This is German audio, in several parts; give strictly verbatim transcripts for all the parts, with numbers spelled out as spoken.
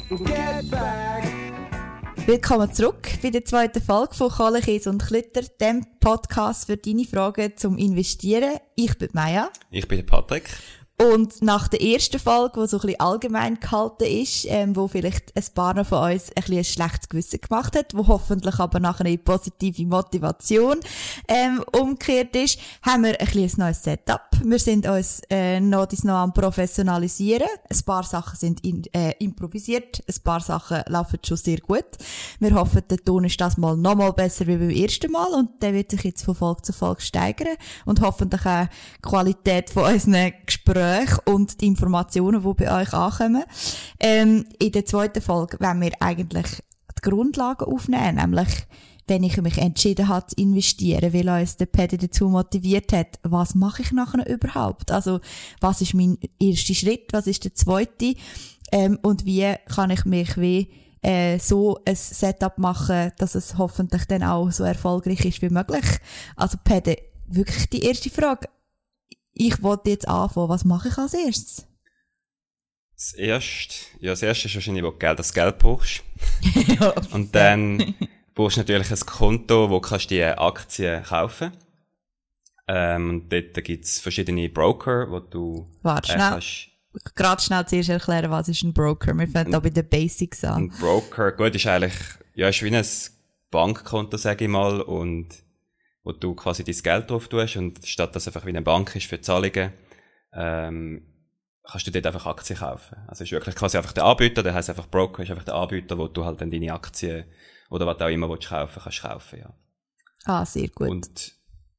Get back. Willkommen zurück bei der zweiten Folge von Kohle, Käse und Klütter, dem Podcast für deine Fragen zum Investieren. Ich bin Maya. Ich bin der Patrick. Und nach der ersten Folge, die so ein bisschen allgemein gehalten ist, ähm, wo vielleicht ein paar von uns ein bisschen ein schlechtes Gewissen gemacht hat, wo hoffentlich aber nachher eine positive Motivation ähm, umgekehrt ist, haben wir ein bisschen ein neues Setup. Wir sind uns äh, noch, noch am Professionalisieren. Ein paar Sachen sind in, äh, improvisiert, ein paar Sachen laufen schon sehr gut. Wir hoffen, der Ton ist das mal noch mal besser wie beim ersten Mal und der wird sich jetzt von Folge zu Folge steigern und hoffentlich auch die Qualität von unseren Gesprächen und die Informationen, die bei euch ankommen. Ähm, in der zweiten Folge wollen wir eigentlich die Grundlagen aufnehmen, nämlich wenn ich mich entschieden habe zu investieren, weil uns der Paddy dazu motiviert hat, was mache ich nachher überhaupt? Also, was ist mein erster Schritt, was ist der zweite? Ähm, und wie kann ich mich wie äh, so ein Setup machen, dass es hoffentlich dann auch so erfolgreich ist wie möglich? Also, Paddy, wirklich die erste Frage. Ich wollte jetzt anfangen. Was mache ich als erstes? Das erste, ja, das erste ist wahrscheinlich, wo du Geld, das Geld brauchst. Ja, und dann brauchst du natürlich ein Konto, wo kannst du die Aktien kaufen. Ähm, und dort gibt's verschiedene Broker, wo du, Warte, äh, schnell. kannst. Gerade schnell zuerst erklären, was ist ein Broker? Wir fangen da bei den Basics an. Ein Broker, gut, ist eigentlich, ja, ist wie ein Bankkonto, sag ich mal, und wo du quasi dein Geld drauf tust und statt dass es einfach wie eine Bank ist für Zahlungen, ähm, kannst du dort einfach Aktien kaufen. Also ist wirklich quasi einfach der Anbieter, der heisst einfach Broker, ist einfach der Anbieter, wo du halt dann deine Aktien oder was auch immer willst kaufen, kannst kaufen, ja. Ah, sehr gut. Und,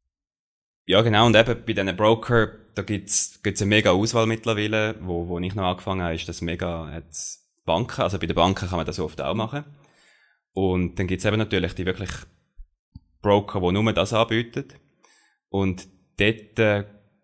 ja genau, und eben bei diesen Broker, da gibt's, gibt's eine mega Auswahl mittlerweile, wo, wo ich noch angefangen habe, ist das mega, hat's Banken, also bei den Banken kann man das oft auch machen. Und dann gibt's eben natürlich die wirklich Broker, die nur das anbieten. Und dort äh,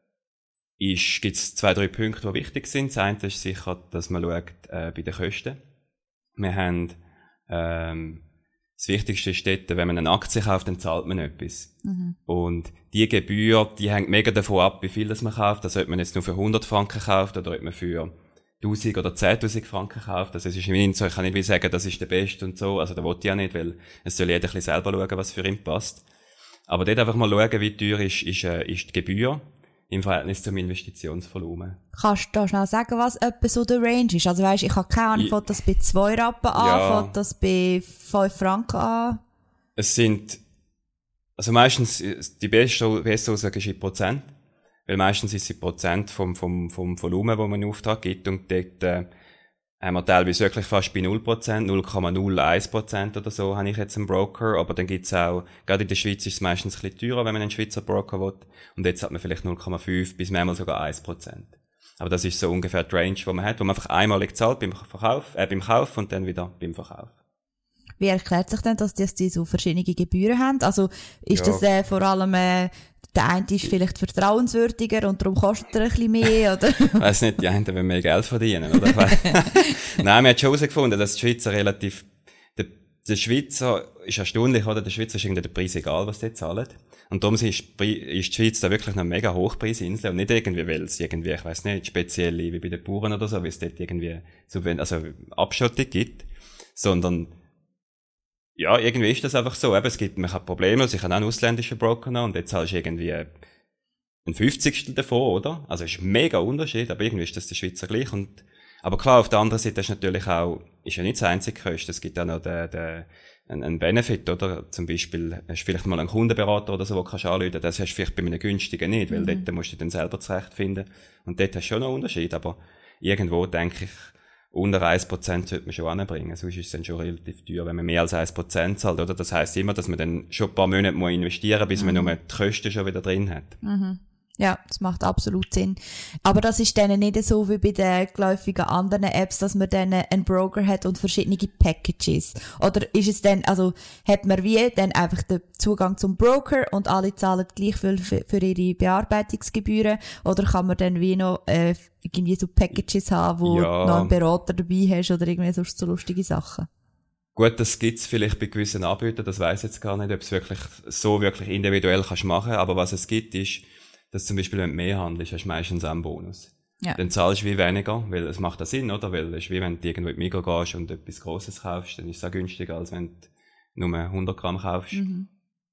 ist, gibt's zwei, drei Punkte, die wichtig sind. Das eine ist sicher, dass man schaut äh, bei den Kosten. Wir haben, ähm, das Wichtigste ist dort, wenn man eine Aktie kauft, dann zahlt man etwas. Mhm. Und die Gebühr, die hängt mega davon ab, wie viel das man kauft. Also ob man jetzt nur für hundert Franken kauft oder ob man für tausend oder zehntausend Franken kauft. Also es ist immerhin so, ich kann nicht sagen, das ist der Beste und so. Also da wollte ich ja nicht, weil es soll jeder ein bisschen selber schauen, was für ihn passt. Aber dort einfach mal schauen, wie teuer ist, ist, äh, ist die Gebühr im Verhältnis zum Investitionsvolumen. Kannst du da schnell sagen, was etwa so der Range ist? Also weisst, ich habe keine Ahnung, fängt das bei zwei Rappen an, ja. fängt das bei fünf Franken an? Es sind, also meistens, die beste, beste Aussage ist in Prozent. Weil meistens ist es Prozent vom, vom, vom Volumen, wo man in Auftrag gibt. Und dort, äh, haben wir teilweise wirklich fast bei null Prozent, null Komma null eins Prozent oder so, habe ich jetzt einen Broker. Aber dann gibt's auch, gerade in der Schweiz ist es meistens ein bisschen teurer, wenn man einen Schweizer Broker will. Und jetzt hat man vielleicht null Komma fünf bis manchmal sogar eins Prozent. Aber das ist so ungefähr die Range, die man hat, wo man einfach einmalig zahlt beim Verkauf, äh, beim Kauf und dann wieder beim Verkauf. Wie erklärt sich denn, dass die so verschiedene Gebühren haben? Also, ist ja. das, äh, vor allem, äh, der eine ist vielleicht vertrauenswürdiger und darum kostet er ein bisschen mehr, oder? Ich weiss nicht, die einen wollen mehr Geld verdienen, oder? Nein, wir haben schon herausgefunden, dass die Schweizer relativ, der, der Schweizer ist erstaunlich, oder? Der Schweizer ist irgendwie der Preis egal, was die zahlen. Und darum ist, ist die Schweiz da wirklich eine mega Hochpreisinsel und nicht irgendwie, weil es irgendwie, ich weiss nicht, speziell wie bei den Bauern oder so, weil es dort irgendwie so, also Abschottung gibt, sondern ja, irgendwie ist das einfach so. Eben, es gibt, man hat Probleme, also ich habe auch einen ausländischen Broker noch und jetzt zahlst du irgendwie ein Fünfzigstel davon, oder? Also es ist ein mega Unterschied, aber irgendwie ist das der Schweizer gleich. Und, aber klar, auf der anderen Seite ist natürlich auch, ist ja nicht das einzige Kosten, es gibt auch noch den, den, einen Benefit, oder? Zum Beispiel, hast du vielleicht mal einen Kundenberater oder so, wo du kannst anrufen, das hast du vielleicht bei einem günstigen nicht, weil mhm. dort musst du dann selber zurechtfinden. Und dort hast du schon noch einen Unterschied, aber irgendwo denke ich, unter ein Prozent sollte man schon anbringen. Sonst ist es dann schon relativ teuer, wenn man mehr als ein Prozent zahlt, oder? Das heisst immer, dass man dann schon ein paar Monate muss investieren, bis mhm. man nur die Kosten schon wieder drin hat. Mhm. Ja, das macht absolut Sinn. Aber das ist dann nicht so wie bei den geläufigen anderen Apps, dass man dann einen Broker hat und verschiedene Packages. Oder ist es dann, also, hat man wie dann einfach den Zugang zum Broker und alle zahlen gleich viel für, für ihre Bearbeitungsgebühren? Oder kann man dann wie noch, äh, irgendwie so Packages haben, wo ja. du noch einen Berater dabei hast oder irgendwie sonst so lustige Sachen? Gut, das gibt's vielleicht bei gewissen Anbietern, das weiss ich jetzt gar nicht, ob es wirklich so wirklich individuell kannst machen, aber was es gibt ist, dass zum Beispiel, wenn du mehr handelst, hast du meistens auch einen Bonus. Ja. Dann zahlst du wie weniger, weil es macht da Sinn, oder? Weil es ist wie wenn du irgendwo in die Migros gehst und etwas Grosses kaufst, dann ist es auch günstiger, als wenn du nur hundert Gramm kaufst. Mhm.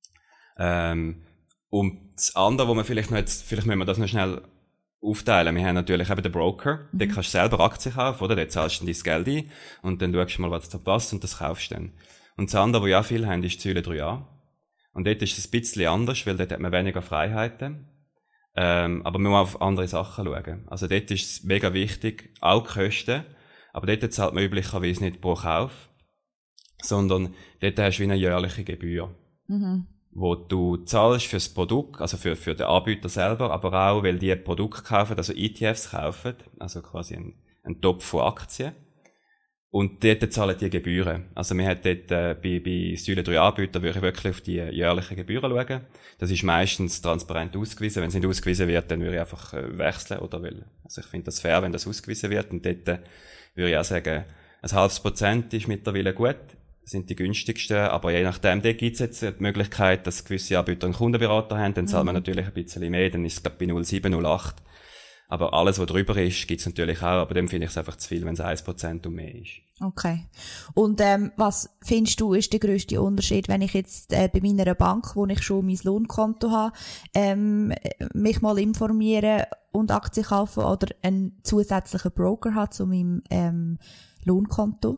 Ähm, und das andere, wo man vielleicht noch jetzt, vielleicht müssen wir das noch schnell aufteilen. Wir haben natürlich eben den Broker, mhm. den kannst du selber Aktien kaufen, oder? Dort zahlst du dann dein Geld ein und dann schaust du mal, was da passt und das kaufst du dann. Und das andere, wo ja viel haben, ist die Säule drei a. Und dort ist es ein bisschen anders, weil dort hat man weniger Freiheiten. Ähm, aber man muss auf andere Sachen schauen. Also dort ist es mega wichtig, auch die Kosten. Aber dort zahlt man üblicherweise nicht pro Kauf, sondern dort hast du wie eine jährliche Gebühr. Mhm. Wo du zahlst fürs Produkt, also für, für den Anbieter selber, aber auch, weil die Produkte kaufen, also E T Fs kaufen, also quasi ein, ein Topf von Aktien. Und dort zahlen die Gebühren. Also wir haben dort, äh, bei, bei Säule drei Anbietern würde ich wirklich auf die jährlichen Gebühren schauen. Das ist meistens transparent ausgewiesen. Wenn es nicht ausgewiesen wird, dann würde ich einfach äh, wechseln, oder will. Also ich finde das fair, wenn das ausgewiesen wird. Und dort äh, würde ich auch sagen, ein halbes Prozent ist mittlerweile gut. Sind die günstigsten, aber je nachdem, da gibt es jetzt die Möglichkeit, dass gewisse Anbieter einen Kundenberater haben, dann zahlt man natürlich ein bisschen mehr, dann ist es glaube ich bei null Komma sieben, null Komma acht. Aber alles, was drüber ist, gibt es natürlich auch, aber dem finde ich es einfach zu viel, wenn es ein Prozent und mehr ist. Okay. Und ähm, was findest du, ist der grösste Unterschied, wenn ich jetzt äh, bei meiner Bank, wo ich schon mein Lohnkonto habe, ähm, mich mal informiere und Aktien kaufe oder einen zusätzlichen Broker habe zu meinem ähm, Lohnkonto?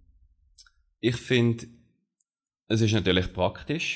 Ich finde, es ist natürlich praktisch,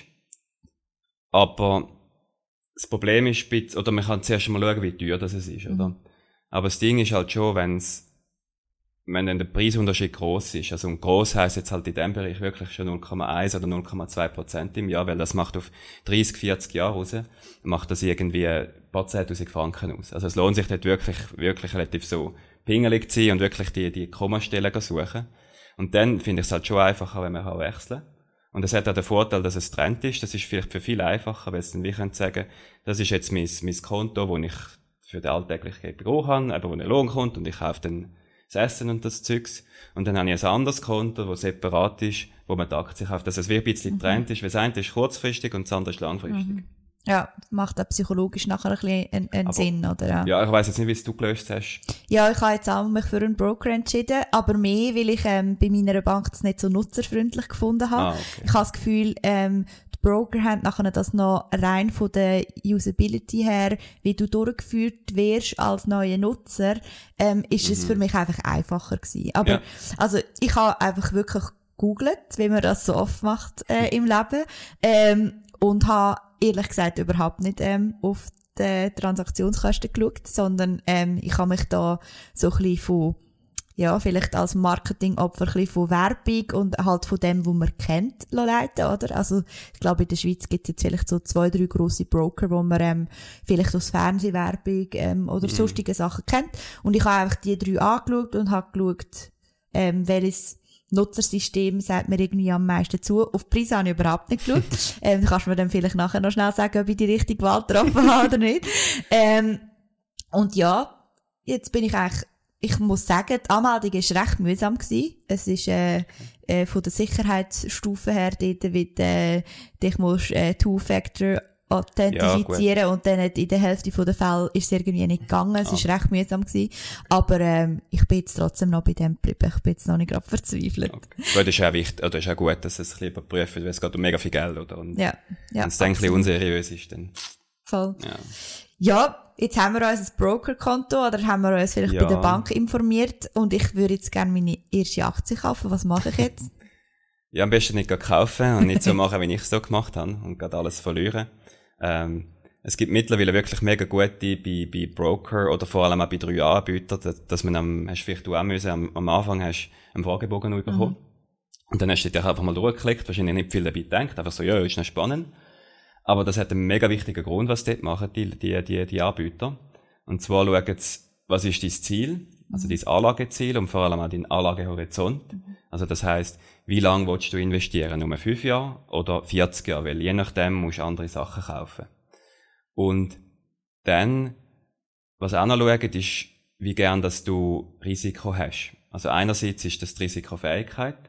aber das Problem ist, oder man kann zuerst mal schauen, wie teuer das ist, mhm. oder? Aber das Ding ist halt schon, wenn's, wenn dann der Preisunterschied gross ist, also und gross heisst jetzt halt in dem Bereich wirklich schon null Komma eins oder null Komma zwei Prozent im Jahr, weil das macht auf dreißig, vierzig Jahre raus, macht das irgendwie ein paar zehntausend Franken aus. Also es lohnt sich dort wirklich, wirklich relativ so pingelig zu sein und wirklich die, die Kommastellen zu suchen. Und dann finde ich es halt schon einfacher, wenn man kann wechseln kann. Und es hat auch den Vorteil, dass es Trend ist. Das ist vielleicht für viele einfacher, weil es dann wie können sagen, das ist jetzt mein, mein Konto, wo ich für den alltäglichen Gebrauch habe, eben wo ein Lohn kommt und ich kaufe dann das Essen und das Zeugs. Und dann habe ich ein anderes Konto, das separat ist, wo man die Aktien kauft. Dass es wie ein bisschen mhm. Trend ist, weil das eine ist kurzfristig und das andere ist langfristig. Mhm. Ja, macht auch psychologisch nachher ein bisschen einen, einen Sinn, oder? Ja, ja ich weiss jetzt nicht, wie es du gelöst hast. Ja, ich habe jetzt auch mich für einen Broker entschieden, aber mehr, weil ich ähm, bei meiner Bank das nicht so nutzerfreundlich gefunden habe. Ah, okay. Ich habe das Gefühl, ähm, die Broker haben nachher das noch rein von der Usability her, wie du durchgeführt wirst als neuer Nutzer, ähm, ist mhm. es für mich einfach einfacher gewesen. Aber, ja. also, ich habe einfach wirklich gegoogelt, wie man das so oft macht, äh, im Leben, ähm, und habe ehrlich gesagt überhaupt nicht ähm, auf die Transaktionskosten geschaut, sondern ähm, ich habe mich da so ein bisschen von, ja, vielleicht als Marketingopfer ein bisschen von Werbung und halt von dem, was man kennt, leiten, oder? Also ich glaube, in der Schweiz gibt es jetzt vielleicht so zwei, drei grosse Broker, wo man ähm, vielleicht aus Fernsehwerbung ähm, oder mhm. sonstige Sachen kennt. Und ich habe einfach die drei angeschaut und habe geschaut, ähm, welches Nutzersystem sagt mir irgendwie am meisten zu. Auf die Preise habe ich überhaupt nicht geschaut. ähm, kannst du mir dann vielleicht nachher noch schnell sagen, ob ich die richtige Wahl getroffen habe oder nicht. Ähm, und ja, jetzt bin ich eigentlich, ich muss sagen, die Anmeldung war recht mühsam gewesen. Es ist, äh, äh, von der Sicherheitsstufe her dort, wie äh, dich musst, äh, Two-Factor authentifizieren ja, und dann in der Hälfte der Fälle ist es irgendwie nicht gegangen. Es war ah. recht mühsam gewesen. Aber ähm, ich bin jetzt trotzdem noch bei dem geblieben. Ich bin jetzt noch nicht gerade verzweifelt. Okay. Das ist auch wichtig, oder ist auch gut, dass es ein bisschen überprüft wird, weil es geht um mega viel Geld, oder? Und ja, ja. wenn es dann ein bisschen unseriös ist, dann... Voll. Ja. Ja, jetzt haben wir uns ein Brokerkonto oder haben wir uns vielleicht ja. bei der Bank informiert und ich würde jetzt gerne meine erste Aktie kaufen. Was mache ich jetzt? Ja, am besten nicht kaufen und nicht so machen, wie ich es so gemacht habe und gerade alles verlieren. Ähm, es gibt mittlerweile wirklich mega gute bei, bei Broker oder vor allem auch bei drei Anbietern, dass, dass man am, hast vielleicht du auch müssen, am, am Anfang hast einen Fragebogen noch bekommen. Mhm. Und dann hast du dich einfach mal durchgeklickt, wahrscheinlich nicht viel dabei gedacht, einfach so, ja, ist noch spannend. Aber das hat einen mega wichtigen Grund, was dort machen, die, die, die, die Anbieter. Und zwar schauen sie, was ist dein Ziel? Also dein Anlageziel und vor allem auch dein Anlagehorizont. Mhm. Also das heisst, wie lange willst du investieren? Nur fünf Jahre oder vierzig Jahre? Weil je nachdem musst du andere Sachen kaufen. Und dann, was auch noch schauen, ist, wie gern, dass du Risiko hast. Also einerseits ist das die Risikofähigkeit.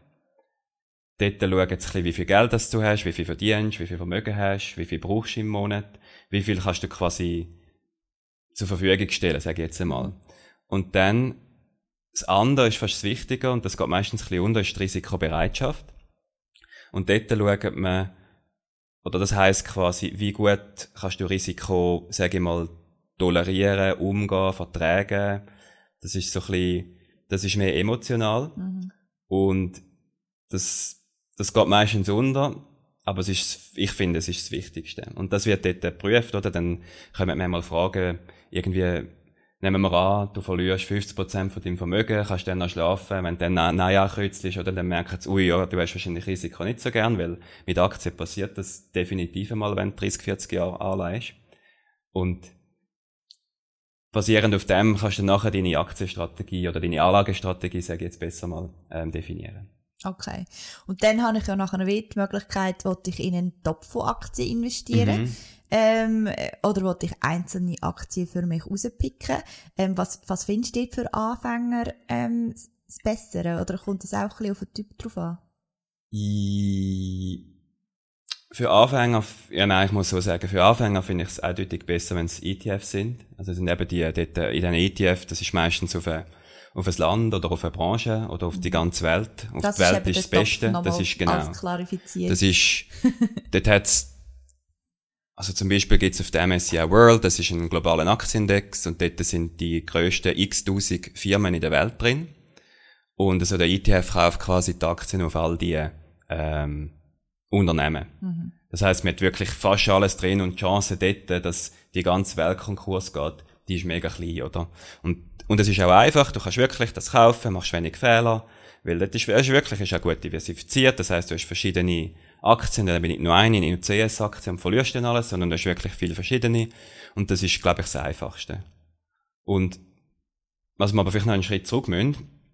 Dort schauen sie ein bisschen, wie viel Geld das du hast, wie viel verdienst, wie viel Vermögen hast, wie viel brauchst du im Monat, wie viel kannst du quasi zur Verfügung stellen, sage ich jetzt einmal. Und dann, das andere ist fast das Wichtige, und das geht meistens ein bisschen unter, ist die Risikobereitschaft. Und dort schaut man, oder das heisst quasi, wie gut kannst du Risiko, sage ich mal, tolerieren, umgehen, vertragen. Das ist so ein bisschen, das ist mehr emotional. Mhm. Und das, das geht meistens unter. Aber es ist, ich finde, es ist das Wichtigste. Und das wird dort geprüft, oder? Dann kommen wir mal Fragen, irgendwie, nehmen wir an, du verlierst fünfzig Prozent von deinem Vermögen, kannst dann noch schlafen, wenn du dann Nein ankreuzelst, oder? Dann merken sie, ui, ja, du hast wahrscheinlich Risiko nicht so gern, weil mit Aktien passiert das definitiv einmal, wenn du dreißig, vierzig Jahre anleihst. Und basierend auf dem kannst du dann nachher deine Aktienstrategie oder deine Anlagestrategie, sage ich jetzt besser mal, ähm, definieren. Okay. Und dann habe ich ja nachher die Möglichkeit, wollte ich in einen Topf von Aktien investieren, mhm. ähm, oder wollte ich einzelne Aktien für mich rauspicken. Ähm, was, was findest du für Anfänger ähm, das Bessere? Oder kommt das auch ein bisschen auf den Typ drauf an? I für Anfänger, ja nein, ich muss so sagen, für Anfänger finde ich es eindeutig besser, wenn es E T Fs sind. Also sind eben die, dort, in den E T F, das ist meistens auf eine auf ein Land oder auf eine Branche oder auf die ganze Welt. Auf das die Welt ist, ist das Beste. Das ist genau. Das ist, dort hat's, also zum Beispiel gibt's auf der M S C I World, das ist ein globaler Aktienindex, und dort sind die grössten x-tausend Firmen in der Welt drin. Und also der E T F kauft quasi die Aktien auf all die, ähm, Unternehmen. Mhm. Das heisst, man hat wirklich fast alles drin, und die Chance dort, dass die ganze Welt Konkurs geht, die ist mega klein, oder? Und Und es ist auch einfach, du kannst wirklich das kaufen, machst wenig Fehler, weil das ist, das ist wirklich ist auch gut diversifiziert, das heisst, du hast verschiedene Aktien, dann bin ich nur eine, nicht nur C S-Aktien und verlierst dann alles, sondern du hast wirklich viele verschiedene, und das ist, glaube ich, das Einfachste. Und was wir aber vielleicht noch einen Schritt zurück müssen,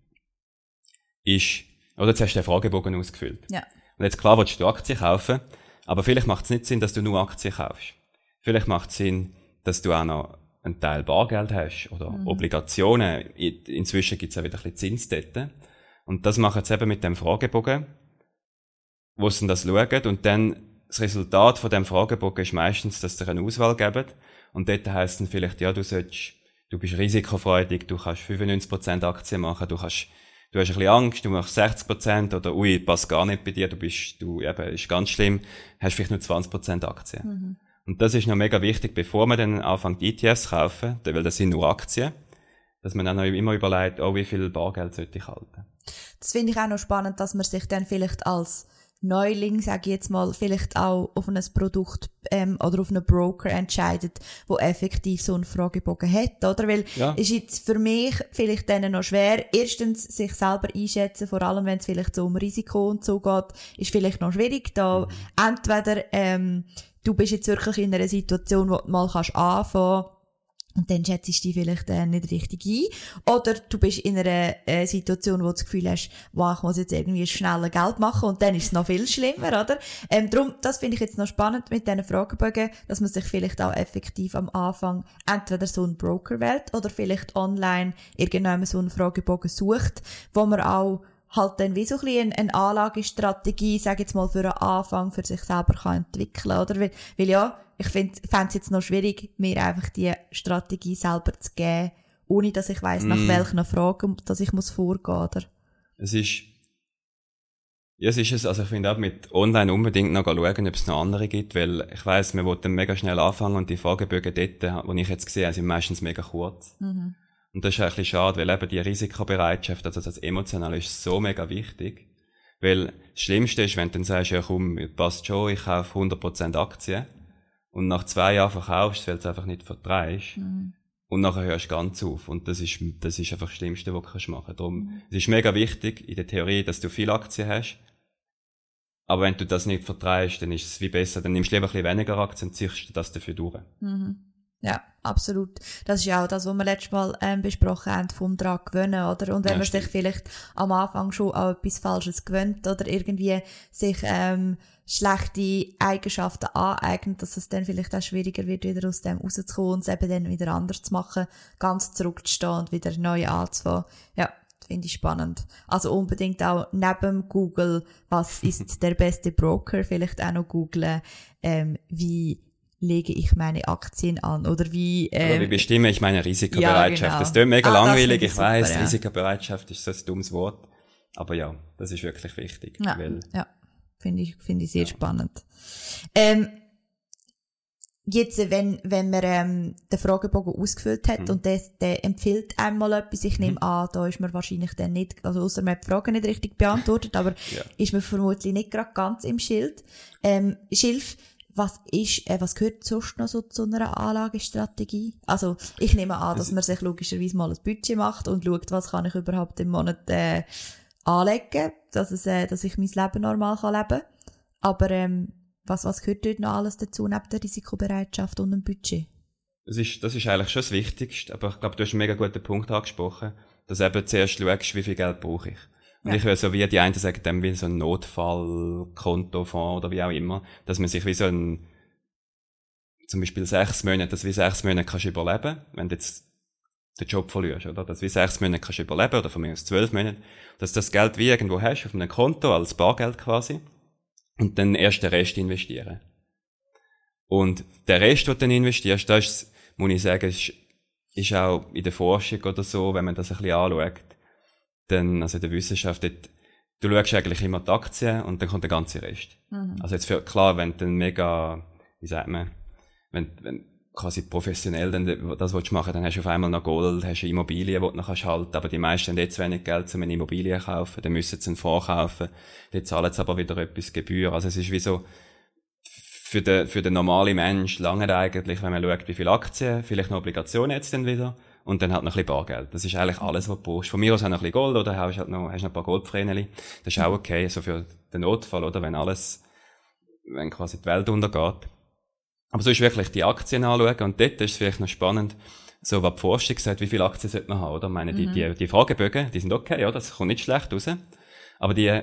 ist, oder jetzt hast du den Fragebogen ausgefüllt. Ja. Und jetzt klar willst du Aktien kaufen, aber vielleicht macht es nicht Sinn, dass du nur Aktien kaufst. Vielleicht macht es Sinn, dass du auch noch einen Teil Bargeld hast oder mhm. Obligationen. Inzwischen gibt es auch wieder ein bisschen Zins dort. Und das machen sie eben mit dem Fragebogen, wo sie das schauen. Und dann das Resultat von dem Fragebogen ist meistens, dass sie eine Auswahl geben. Und dort heisst dann vielleicht, ja, du sollst, du bist risikofreudig, du kannst fünfundneunzig Prozent Aktien machen, du kannst, du hast ein bisschen Angst, du machst sechzig Prozent, oder ui, passt gar nicht bei dir, du bist, du, eben, ist ganz schlimm, hast vielleicht nur zwanzig Prozent Aktien. Mhm. Und das ist noch mega wichtig, bevor man dann anfängt E T Fs zu kaufen, weil das sind nur Aktien, dass man dann auch immer überlegt, oh, wie viel Bargeld sollte ich halten. Das finde ich auch noch spannend, dass man sich dann vielleicht als Neuling, sage ich jetzt mal, vielleicht auch auf ein Produkt ähm, oder auf einen Broker entscheidet, wo effektiv so einen Fragebogen hat, oder? Weil ja. ist jetzt für mich vielleicht dann noch schwer, erstens sich selber einschätzen, vor allem wenn es vielleicht so um Risiko und so geht, ist vielleicht noch schwierig, da mhm. entweder ähm, du bist jetzt wirklich in einer Situation, wo du mal kannst anfangen und dann schätzt du dich vielleicht äh, nicht richtig ein. Oder du bist in einer äh, Situation, wo du das Gefühl hast, wow, ich muss jetzt irgendwie schnell Geld machen, und dann ist es noch viel schlimmer, oder? Ähm, darum, das finde ich jetzt noch spannend mit diesen Fragebögen, dass man sich vielleicht auch effektiv am Anfang entweder so einen Broker wählt oder vielleicht online irgendwann so einen Fragebogen sucht, wo man auch halt dann wie so ein bisschen eine Anlagestrategie, sag jetzt mal, für einen Anfang für sich selber kann entwickeln, oder? Weil, weil ja, ich finde es jetzt noch schwierig, mir einfach die Strategie selber zu geben, ohne dass ich weiss, mm. nach welchen Fragen dass ich muss vorgehen, oder? Es ist, ja, es ist es, also ich finde auch mit online unbedingt noch schauen, ob es noch andere gibt, weil ich weiss, man will dann mega schnell anfangen, und die Fragebögen dort, die ich jetzt gesehen habe, sind meistens mega kurz. Mhm. Und das ist ein bisschen schade, weil eben die Risikobereitschaft, also das Emotionale, ist so mega wichtig. Weil das Schlimmste ist, wenn du dann sagst, ja komm, passt schon, ich kaufe hundert Prozent Aktien, und nach zwei Jahren verkaufst, weil du es einfach nicht vertreibst, mhm. und nachher hörst du ganz auf. Und das ist, das ist einfach das Schlimmste, was du machen kannst. Darum, mhm. es ist mega wichtig in der Theorie, dass du viele Aktien hast. Aber wenn du das nicht vertreibst, dann ist es wie besser, dann nimmst du lieber ein bisschen weniger Aktien und ziehst das dafür durch. Mhm. Ja, absolut. Das ist ja auch das, was wir letztes Mal ähm, besprochen haben, vom dran gewöhnen, oder? Und wenn ja, man sich vielleicht am Anfang schon an etwas Falsches gewöhnt oder irgendwie sich ähm, schlechte Eigenschaften aneignet, dass es dann vielleicht auch schwieriger wird, wieder aus dem rauszukommen und es eben dann wieder anders zu machen, ganz zurückzustehen und wieder neu anzufangen. Ja, das finde ich spannend. Also unbedingt auch neben Google, was ist der beste Broker, vielleicht auch noch googlen, ähm, wie lege ich meine Aktien an? Oder wie, äh, Oder wie bestimme ich meine Risikobereitschaft? Ja, genau. Das klingt mega ah, langweilig, ich super, weiss, ja. Risikobereitschaft ist so ein dummes Wort. Aber ja, das ist wirklich wichtig. Ja, weil, ja. finde ich, finde ich sehr ja. spannend. Ähm, Jetzt, wenn, wenn man, ähm, den Fragebogen ausgefüllt hat mhm. und der, der empfiehlt einmal etwas, ich nehme mhm. an, da ist man wahrscheinlich dann nicht, also ausser man hat die Frage nicht richtig beantwortet, aber ja. ist man vermutlich nicht gerade ganz im Schild. Ähm, Schilf, was ist, äh, was gehört sonst noch so zu einer Anlagestrategie? Also, ich nehme an, dass man sich logischerweise mal ein Budget macht und schaut, was kann ich überhaupt im Monat, äh, anlegen, dass es, äh, dass ich mein Leben normal kann leben. Aber, ähm, Was, was gehört dort noch alles dazu, neben der Risikobereitschaft und dem Budget? Das ist, das ist eigentlich schon das Wichtigste, aber ich glaube, du hast einen mega guten Punkt angesprochen, dass eben zuerst schaust, wie viel Geld brauche ich. Und ja. ich höre so wie die einen sagen, dem wie so ein Notfallkontofonds oder wie auch immer, dass man sich wie so ein, zum Beispiel sechs Monate, dass wie sechs Monate kannst du überleben, wenn du jetzt den Job verlierst, oder? Dass wie sechs Monate kannst du überleben, oder von mir aus zwölf Monate, dass du das Geld wie irgendwo hast, auf einem Konto, als Bargeld quasi. Und dann erst den Rest investieren. Und der Rest, den du dann investierst, das ist, muss ich sagen, ist, ist auch in der Forschung oder so, wenn man das ein bisschen anschaut, dann, also in der Wissenschaft, dort, du schaust eigentlich immer die Aktien und dann kommt der ganze Rest. Mhm. Also jetzt für, klar, wenn du dann mega, wie sagt man, wenn, wenn quasi professionell dann das willst du machen, dann hast du auf einmal noch Gold, hast du Immobilien, die du noch halten kannst, aber die meisten haben jetzt wenig Geld, um eine Immobilie zu kaufen, dann müssen sie einen Fonds kaufen, dann zahlen sie aber wieder etwas Gebühr. Also es ist wie so, für den, für den normalen Mensch lange eigentlich, wenn man schaut, wie viele Aktien, vielleicht noch Obligationen jetzt dann wieder, und dann halt noch ein bisschen Bargeld. Das ist eigentlich alles, was du brauchst. Von mir aus auch noch ein bisschen Gold, oder hast halt noch, hast noch ein paar Goldprämien. Das ist auch okay, so für den Notfall, oder? Wenn alles, wenn quasi die Welt untergeht. Aber so ist wirklich die Aktien anschauen, und dort ist es vielleicht noch spannend, so was die Forschung sagt, wie viele Aktien sollte man haben, oder? Ich meine, die, mhm. die, die Fragebögen, die sind okay, ja, das kommt nicht schlecht raus. Aber die,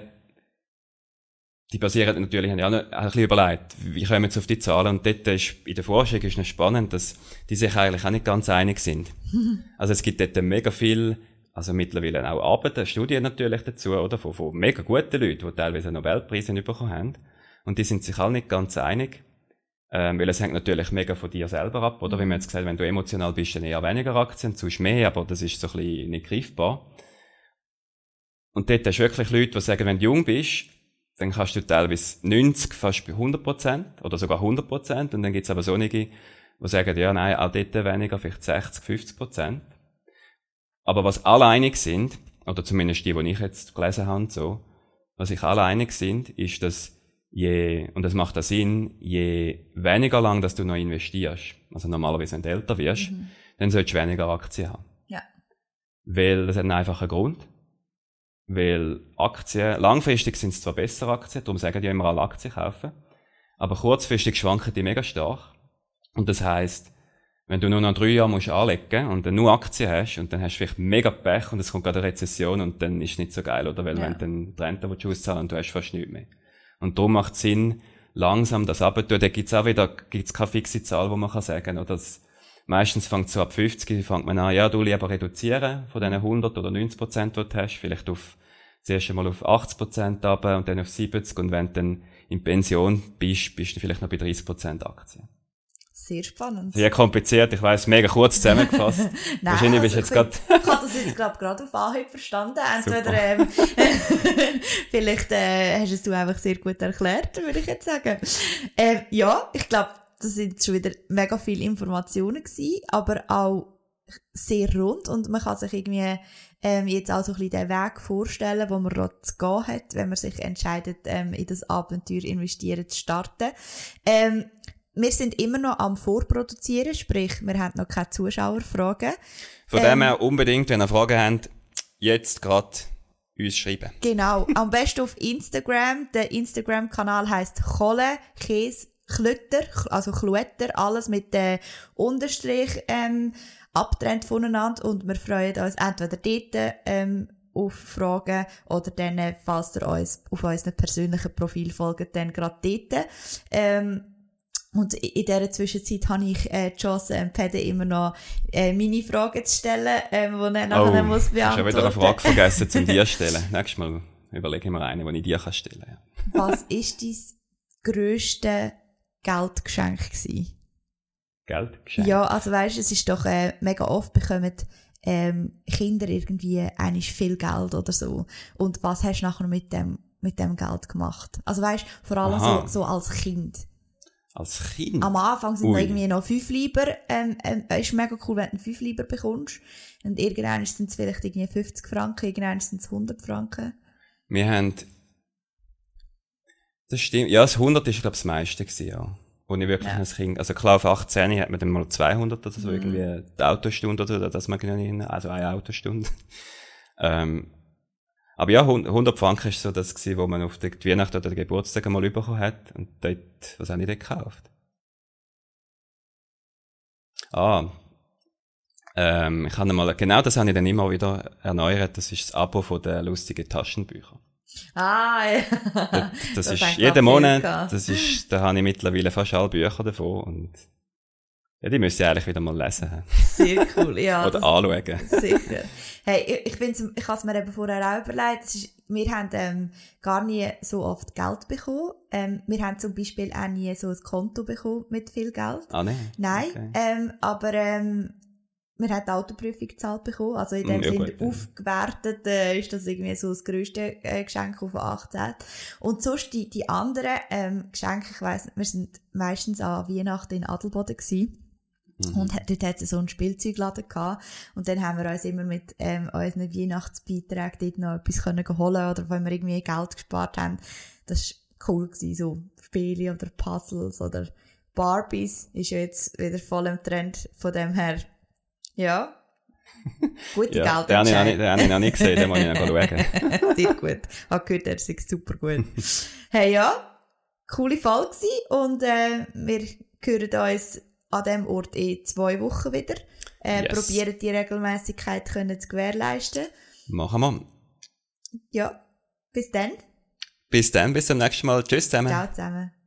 die basieren natürlich, haben ja auch noch ein bisschen überlegt, wie kommen wir jetzt auf die Zahlen, und dort ist, in der Forschung ist noch spannend, dass die sich eigentlich auch nicht ganz einig sind. Also es gibt dort mega viel, also mittlerweile auch Arbeiten, Studien natürlich dazu, oder? Von, von mega guten Leuten, die teilweise Nobelpreise bekommen haben. Und die sind sich alle nicht ganz einig. Ähm, weil es hängt natürlich mega von dir selber ab, oder? Mhm. Wie man jetzt gesagt, wenn du emotional bist, dann eher weniger Aktien, sonst mehr, aber das ist so ein bisschen nicht greifbar. Und dort hast du wirklich Leute, die sagen, wenn du jung bist, dann kannst du teilweise neunzig, fast bei hundert Prozent, oder sogar hundert Prozent, und dann gibt's aber so einige, die sagen, ja, nein, auch dort weniger, vielleicht sechzig, fünfzig Prozent. Aber was alle einig sind, oder zumindest die, die ich jetzt gelesen habe, so, was sich alle einig sind, ist, dass je, und das macht auch Sinn, je weniger lang, dass du noch investierst, also normalerweise, wenn du älter wirst, mhm. dann solltest du weniger Aktien haben. Ja. Weil, das hat einen einfachen Grund. Weil Aktien, langfristig sind es zwar bessere Aktien, darum sagen die immer alle Aktien kaufen, aber kurzfristig schwanken die mega stark. Und das heisst, wenn du nur noch drei Jahre musst anlegen und dann nur Aktien hast und dann hast du vielleicht mega Pech und es kommt gerade eine Rezession und dann ist es nicht so geil, oder? Weil ja. wenn du dann die Rente auszahlen und du hast fast nichts mehr. Und darum macht es Sinn, langsam das abzutun. Da gibt's auch wieder, gibt's keine fixe Zahl, die man kann sagen, oder? Das, meistens fängt es so ab fünfzig, fängt man an, ja, du lieber reduzieren von diesen hundert oder neunzig Prozent, die du hast, vielleicht auf, zuerst einmal auf achtzig Prozent runter und dann auf siebzig, und wenn du dann in Pension bist, bist du vielleicht noch bei dreißig Prozent Aktien. Sehr spannend. Sehr kompliziert, ich weiss, mega kurz zusammengefasst. Nein, wahrscheinlich also bist du jetzt gerade... ich habe das jetzt glaub, gerade auf Anhieb verstanden. Entweder, ähm, vielleicht äh, hast du es einfach sehr gut erklärt, würde ich jetzt sagen. Ähm, ja, ich glaube, das sind schon wieder mega viele Informationen gewesen, aber auch sehr rund, und man kann sich irgendwie ähm, jetzt auch so ein bisschen den Weg vorstellen, wo man dort zu gehen hat, wenn man sich entscheidet, ähm, in das Abenteuer investieren zu starten. Ähm, Wir sind immer noch am Vorproduzieren, sprich, wir haben noch keine Zuschauerfragen. Von ähm, dem her unbedingt, wenn ihr Fragen habt, jetzt gerade uns schreiben. Genau, am besten auf Instagram. Der Instagram-Kanal heisst Kohle, Käse, Klötter, also Kluetter, alles mit dem Unterstrich ähm, abgetrennt voneinander, und wir freuen uns entweder dort ähm, auf Fragen oder dann, falls ihr uns auf unserem persönlichen Profil folgt, dann gerade dort. Ähm, Und in dieser Zwischenzeit habe ich äh, die Chance, ähm, Pede immer noch äh, meine Fragen zu stellen, ähm, die er nachher oh, muss beantworten. Ich habe wieder eine Frage vergessen, zum dir zu stellen. Nächstes Mal überlege ich mir eine, die ich dir stellen kann. Was war dein grösstes Geldgeschenk gewesen? Geld geschenkt. Ja, also weißt, es ist doch äh, mega oft bekommen ähm, Kinder irgendwie eigentlich viel Geld oder so. Und was hast du nachher mit dem, mit dem Geld gemacht? Also weißt, vor allem so, so als Kind. Als Kind? Am Anfang sind Ui. da irgendwie noch fünf Lieber, ähm, ähm, ist mega cool, wenn du fünf Lieber bekommst. Und irgendwann sind es vielleicht irgendwie fünfzig Franken, irgendwann sind es hundert Franken. Wir haben, das stimmt, ja, das hundert ist, glaube ich, das meiste gewesen, ja. Wo ich wirklich Ja. ein Kind, also klar, auf achtzehn hat man dann mal zweihundert oder so, Mhm. irgendwie die Autostunde oder so, das mag ich noch nicht, also eine Autostunde. ähm, aber ja, hundert Franken ist so das gewesen, wo man auf die Weihnachten oder den Geburtstag mal bekommen hat. Und dort, was habe ich dort gekauft? Ah, ähm, ich habe mal, genau das habe ich dann immer wieder erneuert, das ist das Abo von den lustigen Taschenbüchern. Ah, ja. Das, das, Das ist hat jeden viel Monat, gehabt. das ist, da habe ich mittlerweile fast alle Bücher davon und ja, die müsste ich eigentlich wieder mal lesen. Sehr cool, ja. Oder das- anschauen. Sicher. Hey, ich, ich, bin's, ich habe es mir eben vorher auch überlegt. Das ist, wir haben ähm, gar nie so oft Geld bekommen. Ähm, wir haben zum Beispiel auch nie so ein Konto bekommen mit viel Geld. Ah, nein? Nein, Okay. ähm, aber ähm, wir haben die Autoprüfung gezahlt bekommen. Also in dem Mm, ja, Sinne gut, ja. aufgewertet äh, ist das irgendwie so das grösste äh, Geschenk auf achtzehn. Und sonst die, die anderen ähm, Geschenke, ich weiss nicht, wir sind meistens an Weihnachten in Adelboden gewesen. Mhm. Und hat- dort hat es so einen Spielzeugladen gehabt. Und dann haben wir uns immer mit ähm, unseren Weihnachtsbeiträgen dort noch etwas können holen oder wenn wir irgendwie Geld gespart haben. Das war cool gewesen, so Spiele oder Puzzles oder Barbies ist ja jetzt wieder voll im Trend von dem her. Ja. Gute Ja, den habe ich noch nicht, Geldentscheid. den habe ich noch nicht gesehen, den muss ich noch schauen. Sehr gut. Ich habe gehört, er ist super gut. Hey, ja. Coole Fall gewesen. Und äh, wir hören uns an diesem Ort in zwei Wochen wieder. Äh, Yes. Probieren die Regelmäßigkeit können zu gewährleisten. Machen wir. Ja. Bis dann. Bis dann, bis zum nächsten Mal. Tschüss zusammen. Ciao zusammen.